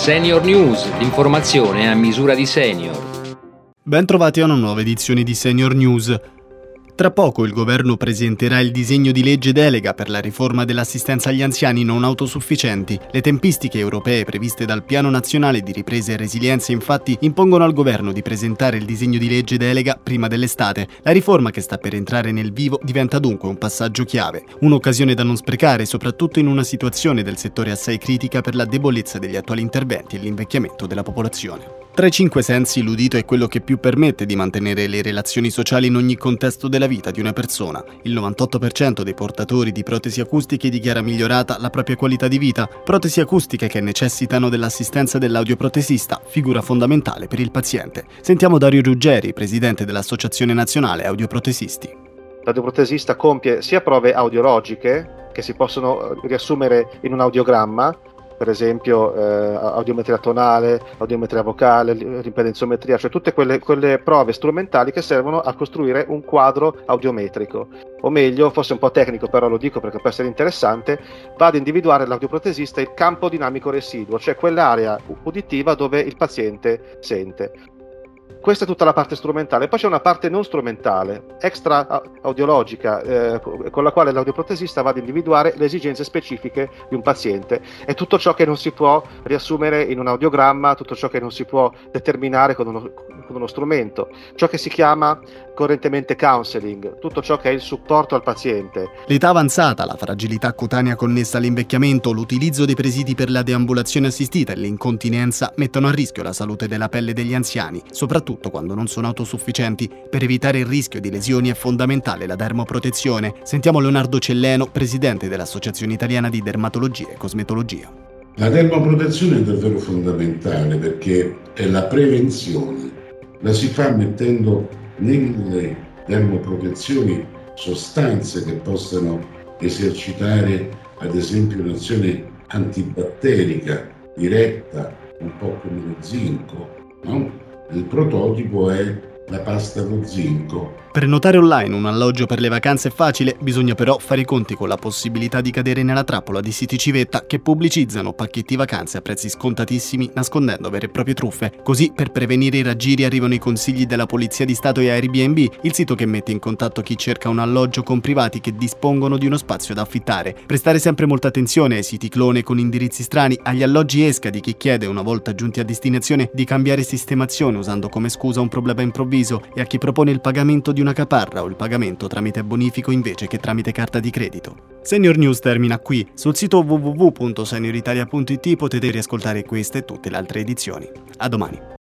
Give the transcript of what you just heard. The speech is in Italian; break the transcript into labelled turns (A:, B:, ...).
A: Senior News, l'informazione a misura di senior.
B: Ben trovati a una nuova edizione di Senior News. Tra poco il governo presenterà il disegno di legge delega per la riforma dell'assistenza agli anziani non autosufficienti. Le tempistiche europee previste dal Piano Nazionale di Ripresa e Resilienza infatti impongono al governo di presentare il disegno di legge delega prima dell'estate. La riforma che sta per entrare nel vivo diventa dunque un passaggio chiave, un'occasione da non sprecare soprattutto in una situazione del settore assai critica per la debolezza degli attuali interventi e l'invecchiamento della popolazione. Tra i 5 sensi l'udito è quello che più permette di mantenere le relazioni sociali in ogni contesto della vita di una persona. Il 98% dei portatori di protesi acustiche dichiara migliorata la propria qualità di vita, protesi acustiche che necessitano dell'assistenza dell'audioprotesista, figura fondamentale per il paziente. Sentiamo Dario Ruggeri, presidente dell'Associazione Nazionale Audioprotesisti.
C: L'audioprotesista compie sia prove audiologiche che si possono riassumere in un audiogramma, per esempio audiometria tonale, audiometria vocale, rimpedenzometria, cioè tutte quelle prove strumentali che servono a costruire un quadro audiometrico. O meglio, forse un po' tecnico, però lo dico perché può essere interessante, va ad individuare l'audiopratesista il campo dinamico residuo, cioè quell'area uditiva dove il paziente sente. Questa è tutta la parte strumentale, poi c'è una parte non strumentale, extra audiologica, con la quale l'audioprotesista va ad individuare le esigenze specifiche di un paziente. È tutto ciò che non si può riassumere in un audiogramma, tutto ciò che non si può determinare con uno strumento, ciò che si chiama correntemente counseling, tutto ciò che è il supporto al paziente.
B: L'età avanzata, la fragilità cutanea connessa all'invecchiamento, l'utilizzo dei presidi per la deambulazione assistita e l'incontinenza mettono a rischio la salute della pelle degli anziani, soprattutto quando non sono autosufficienti. Per evitare il rischio di lesioni è fondamentale la dermoprotezione. Sentiamo Leonardo Celleno, presidente dell'Associazione Italiana di Dermatologia e Cosmetologia.
D: La dermoprotezione è davvero fondamentale perché è la prevenzione. La si fa mettendo nelle dermoprotezioni sostanze che possano esercitare ad esempio un'azione antibatterica diretta, un po' come lo zinco, no? Il prototipo è la pasta allo zinco.
B: Prenotare online un alloggio per le vacanze è facile, bisogna però fare i conti con la possibilità di cadere nella trappola di siti civetta che pubblicizzano pacchetti vacanze a prezzi scontatissimi nascondendo vere e proprie truffe. Così, per prevenire i raggiri arrivano i consigli della Polizia di Stato e Airbnb, il sito che mette in contatto chi cerca un alloggio con privati che dispongono di uno spazio da affittare. Prestare sempre molta attenzione ai siti clone con indirizzi strani, agli alloggi esca di chi chiede, una volta giunti a destinazione, di cambiare sistemazione usando come scusa un problema improvviso, e a chi propone il pagamento di una caparra o il pagamento tramite bonifico invece che tramite carta di credito. Senior News termina qui. Sul sito www.senioritalia.it potete riascoltare queste e tutte le altre edizioni. A domani.